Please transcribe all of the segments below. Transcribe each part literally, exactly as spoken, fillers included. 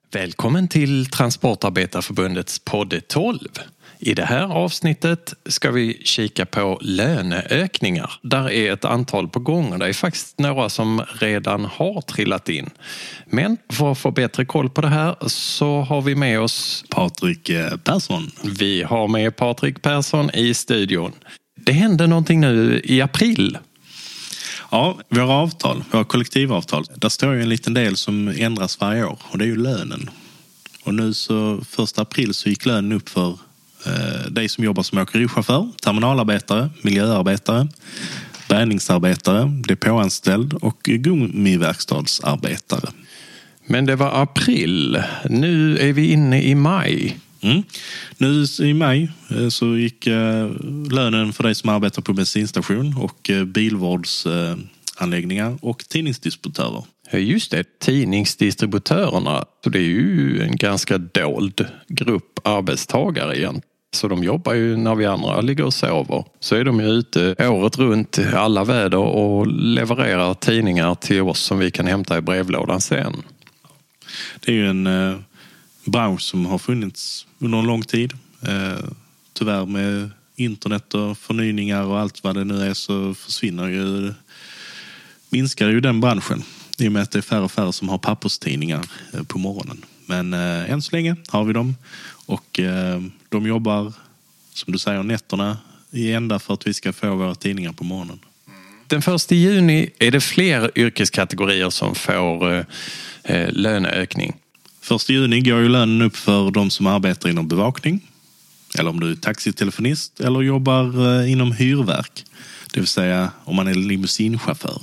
Välkommen till Transportarbetarförbundets podd tolv. I det här avsnittet ska vi kika på löneökningar. Där är ett antal på gång och det är faktiskt några som redan har trillat in. Men för att få bättre koll på det här så har vi med oss Patrik Persson. Vi har med Patrik Persson i studion. Det hände någonting nu i april. Ja, våra avtal, våra kollektivavtal. Där står ju en liten del som ändras varje år och det är ju lönen. Och nu så första april så gick lönen upp för eh, dig som jobbar som åkerichaufför, terminalarbetare, miljöarbetare, bärgningsarbetare, depåanställd och gummiverkstadsarbetare. Men det var april. Nu är vi inne i maj. Mm. Nu i maj så gick eh, lönen för dig som arbetar på bensinstation och eh, bilvårdsanläggningar eh, och tidningsdistributörer. Just det, tidningsdistributörerna. Så det är ju en ganska dold grupp arbetstagare igen. Så de jobbar ju när vi andra ligger och sover. Så är de ju ute året runt alla väder och levererar tidningar till oss som vi kan hämta i brevlådan sen. Det är ju en eh, bransch som har funnits under en lång tid. Eh, tyvärr med internet och förnyningar och allt vad det nu är så försvinner ju, minskar ju den branschen. I och med att det är färre och färre som har papperstidningar eh, på morgonen. Men eh, än så länge har vi dem och eh, de jobbar, som du säger, nätterna i ända för att vi ska få våra tidningar på morgonen. Den första juni är det fler yrkeskategorier som får eh, löneökning. Första juni går ju lönen upp för de som arbetar inom bevakning. Eller om du är taxitelefonist eller jobbar eh, inom hyrverk. Det vill säga om man är limousinchaufför.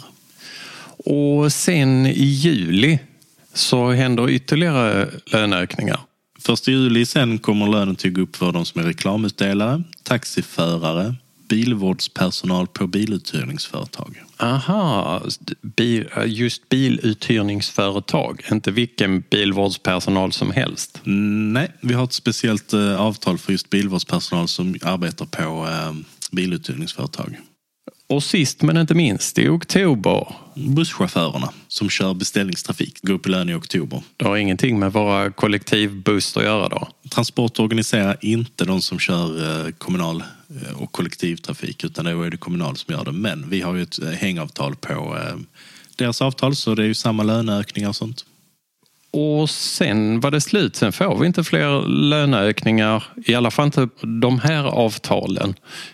Och sen i juli så händer ytterligare löneökningar. Första juli sen kommer lönen till att gå upp för de som är reklamutdelare, taxiförare, bilvårdspersonal på biluthyrningsföretag. Aha, bil, just biluthyrningsföretag. Inte vilken bilvårdspersonal som helst. Nej, vi har ett speciellt eh, avtal för just bilvårdspersonal som arbetar på eh, biluthyrningsföretag. Och sist men inte minst i oktober. Busschaufförerna som kör beställningstrafik går upp i lön i oktober. Det har ingenting med våra kollektivbuss att göra då? Transport organiserar inte de som kör kommunal och kollektivtrafik utan det är det kommunal som gör det. Men vi har ju ett hängavtal på deras avtal så det är ju samma löneökningar och sånt. Och sen var det slut. Sen får vi inte fler löneökningar. I alla fall inte de här avtalen.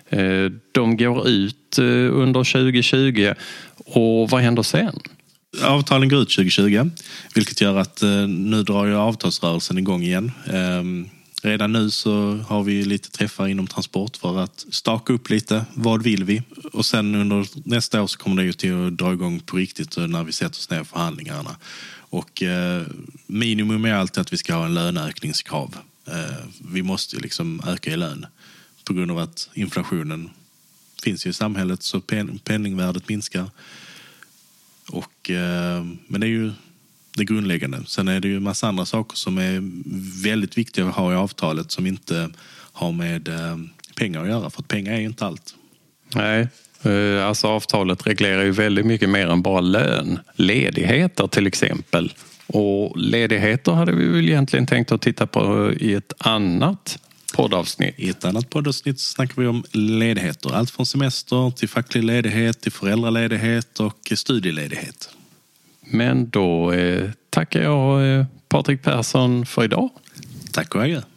De går ut under tjugo tjugo. Och vad händer sen? Avtalen går ut tjugo tjugo. Vilket gör att nu drar ju avtalsrörelsen igång igen. Redan nu så har vi lite träffar inom transport för att staka upp lite. Vad vill vi? Och sen under nästa år så kommer det ju till att dra igång på riktigt när vi sätter oss ner i förhandlingarna. Och eh, minimum är alltid att vi ska ha en löneökningskrav. Eh, vi måste ju liksom öka i lön. På grund av att inflationen finns ju i samhället så pen- penningvärdet minskar. Och, eh, men det är ju det grundläggande. Sen är det ju en massa andra saker som är väldigt viktiga att ha i avtalet som inte har med eh, pengar att göra. För att pengar är ju inte allt. Nej. Alltså avtalet reglerar ju väldigt mycket mer än bara lön. Ledigheter till exempel. Och ledigheter hade vi väl egentligen tänkt att titta på i ett annat poddavsnitt. I ett annat poddavsnitt snackar vi om ledigheter. Allt från semester till facklig ledighet, till föräldraledighet och studieledighet. Men då eh, tackar jag eh, Patrik Persson för idag. Tack och adjö.